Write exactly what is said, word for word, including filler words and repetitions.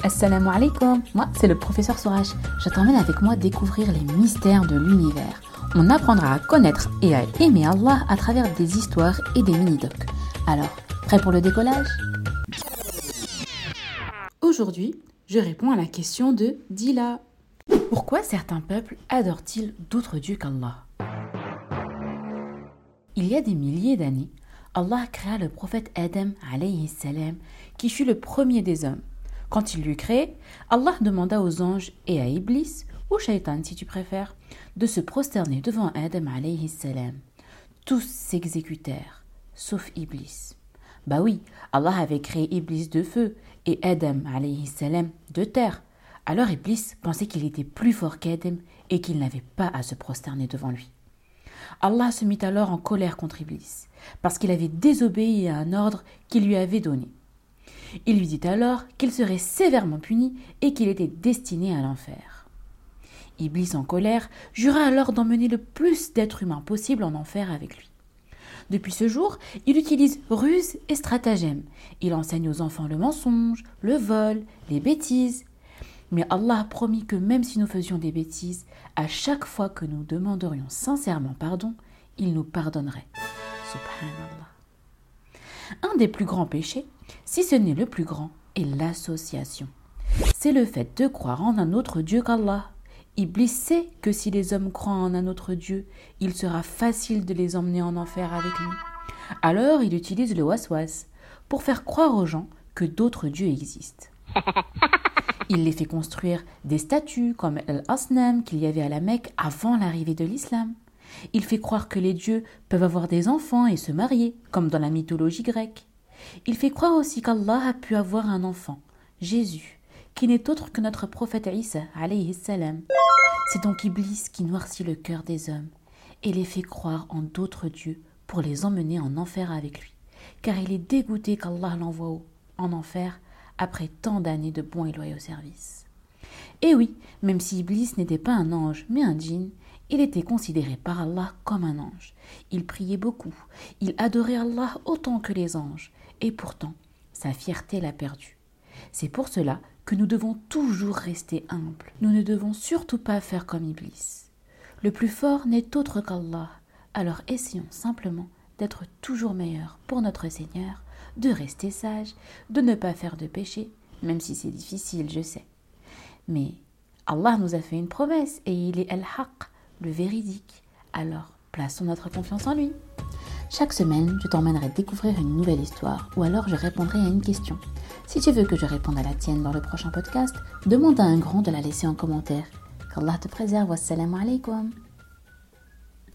Assalamu alaikum, moi c'est le professeur Souraj. Je t'emmène avec moi découvrir les mystères de l'univers. On apprendra à connaître et à aimer Allah à travers des histoires et des mini-docs. Alors, prêt pour le décollage ? Aujourd'hui, je réponds à la question de Dila. Pourquoi certains peuples adorent-ils d'autres dieux qu'Allah ? Il y a des milliers d'années, Allah créa le prophète Adam alayhi salam, qui fut le premier des hommes. Quand il l'eut créé, Allah demanda aux anges et à Iblis, ou Shaitan si tu préfères, de se prosterner devant Adam alayhi salam. Tous s'exécutèrent, sauf Iblis. Bah oui, Allah avait créé Iblis de feu et Adam alayhi salam de terre. Alors Iblis pensait qu'il était plus fort qu'Adam et qu'il n'avait pas à se prosterner devant lui. Allah se mit alors en colère contre Iblis, parce qu'il avait désobéi à un ordre qu'il lui avait donné. Il lui dit alors qu'il serait sévèrement puni et qu'il était destiné à l'enfer. Iblis en colère jura alors d'emmener le plus d'êtres humains possible en enfer avec lui. Depuis ce jour, il utilise ruse et stratagème. Il enseigne aux enfants le mensonge, le vol, les bêtises. Mais Allah a promis que même si nous faisions des bêtises, à chaque fois que nous demanderions sincèrement pardon, il nous pardonnerait. Subhanallah. Un des plus grands péchés, si ce n'est le plus grand, est l'association. C'est le fait de croire en un autre Dieu qu'Allah. Iblis sait que si les hommes croient en un autre Dieu, il sera facile de les emmener en enfer avec lui. Alors il utilise le waswas pour faire croire aux gens que d'autres dieux existent. Il les fait construire des statues comme Al-Asnam qu'il y avait à la Mecque avant l'arrivée de l'islam. Il fait croire que les dieux peuvent avoir des enfants et se marier, comme dans la mythologie grecque. Il fait croire aussi qu'Allah a pu avoir un enfant, Jésus, qui n'est autre que notre prophète Isa, alayhi salam. C'est donc Iblis qui noircit le cœur des hommes et les fait croire en d'autres dieux pour les emmener en enfer avec lui, car il est dégoûté qu'Allah l'envoie en enfer après tant d'années de bons et loyaux services. Et oui, même si Iblis n'était pas un ange, mais un djinn, il était considéré par Allah comme un ange. Il priait beaucoup, il adorait Allah autant que les anges, et pourtant, sa fierté l'a perdu. C'est pour cela que nous devons toujours rester humbles. Nous ne devons surtout pas faire comme Iblis. Le plus fort n'est autre qu'Allah, alors essayons simplement d'être toujours meilleurs pour notre Seigneur, de rester sages, de ne pas faire de péché, même si c'est difficile, je sais. Mais Allah nous a fait une promesse et il est Al-Haq, le véridique. Alors, plaçons notre confiance en lui. Chaque semaine, je t'emmènerai découvrir une nouvelle histoire ou alors je répondrai à une question. Si tu veux que je réponde à la tienne dans le prochain podcast, demande à un grand de la laisser en commentaire. Qu'Allah te préserve. Wassalamu alaikum.